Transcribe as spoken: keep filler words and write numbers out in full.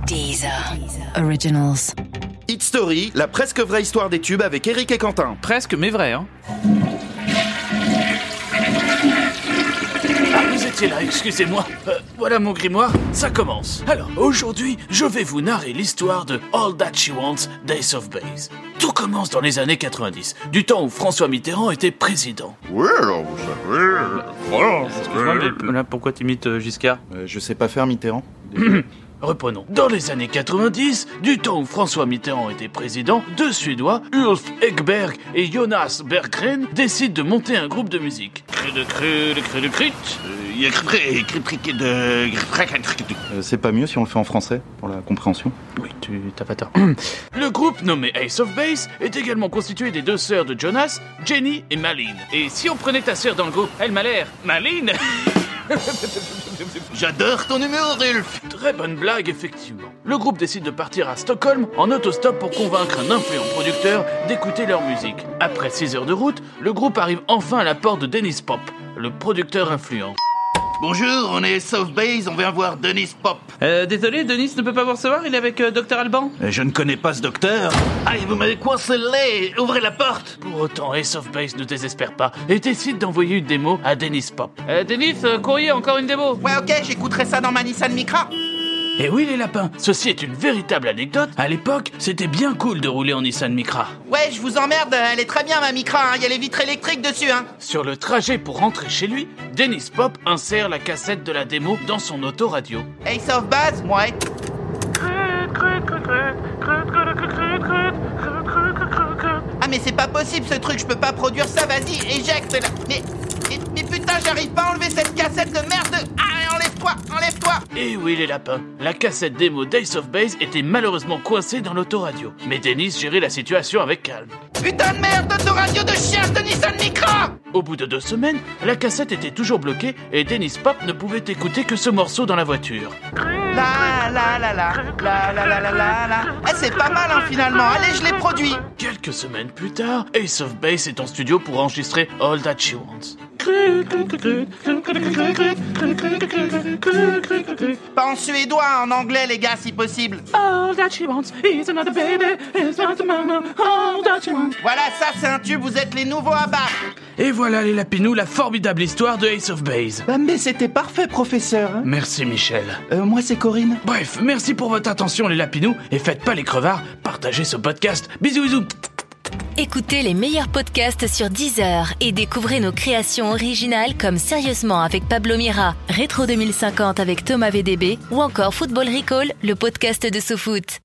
Deezer Originals. Hit Story, la presque vraie histoire des tubes avec Eric et Quentin. Presque, mais vrai, hein. Ah, vous étiez là, excusez-moi. Euh, voilà mon grimoire, ça commence. Alors, aujourd'hui, je vais vous narrer l'histoire de All That She Wants d'Ace of Base. Tout commence dans les années quatre-vingt-dix, du temps où François Mitterrand était président. Oui, alors vous savez... Voilà, Excuse-moi, mais là, pourquoi t'imites euh, Giscard Euh, je sais pas faire Mitterrand. Reprenons. Dans les années quatre-vingt-dix, du temps où François Mitterrand était président, deux Suédois, Ulf Ekberg et Jonas Berggren, décident de monter un groupe de musique. Cru de cru de cru de crit. Il y a cré cré de... Euh, c'est pas mieux si on le fait en français, pour la compréhension. Oui, tu t'as pas tort. Le groupe nommé Ace of Base est également constitué des deux sœurs de Jonas, Jenny et Malin. Et si on prenait ta sœur dans le groupe, elle m'a l'air Malin. J'adore ton humour, Ulf. Très bonne blague, effectivement. Le groupe décide de partir à Stockholm en autostop pour convaincre un influent producteur d'écouter leur musique. Après six heures de route, le groupe arrive enfin à la porte de Dennis Pop, le producteur influent. Bonjour, on est Ace of Base, on vient voir Dennis Pop. Euh, désolé, Denis ne peut pas vous recevoir, il est avec euh, Docteur Alban. Euh, Je ne connais pas ce docteur. Aïe, vous m'avez coincé le lait. Ouvrez la porte. Pour autant, Ace of Base ne désespère pas et décide d'envoyer une démo à Dennis Pop. Euh, Dennis, euh, courrier, encore une démo. Ouais, ok, j'écouterai ça dans ma Nissan Micra. Et oui les lapins, ceci est une véritable anecdote. À l'époque, c'était bien cool de rouler en Nissan Micra. Ouais, je vous emmerde, elle est très bien ma Micra, il hein. y a les vitres électriques dessus, hein. Sur le trajet pour rentrer chez lui, Dennis Pop insère la cassette de la démo dans son autoradio. Ace of Base, ouais. Ah mais c'est pas possible ce truc, je peux pas produire ça, vas-y, éjecte là. Mais, mais, mais putain, j'arrive pas à enlever cette cassette de merde. Ah, enlève-toi, enlève-toi. Et oui les lapins, la cassette démo d'Ace of Base était malheureusement coincée dans l'autoradio. Mais Dennis gérait la situation avec calme. Putain de merde, d'autoradio de chien de Nissan Micra. Au bout de deux semaines, la cassette était toujours bloquée et Dennis Pop ne pouvait écouter que ce morceau dans la voiture. La la la la, la la la la la la. Eh, c'est pas mal hein, finalement, allez, je l'ai produit. Quelques semaines plus tard, Ace of Base est en studio pour enregistrer All That She Wants. Pas en suédois, en anglais les gars si possible. All that she wants is another baby, is not a mama, all that she wants. Voilà, ça c'est un tube, vous êtes les nouveaux à battre. Et voilà les lapinous, la formidable histoire de Ace of Base. Bah mais c'était parfait professeur hein. Merci Michel. Euh, moi c'est Corinne. Bref, merci pour votre attention les lapinous, et faites pas les crevards, partagez ce podcast. Bisous bisous. Écoutez les meilleurs podcasts sur Deezer et découvrez nos créations originales comme Sérieusement avec Pablo Mira, Rétro deux mille cinquante avec Thomas V D B ou encore Football Recall, le podcast de sous-foot.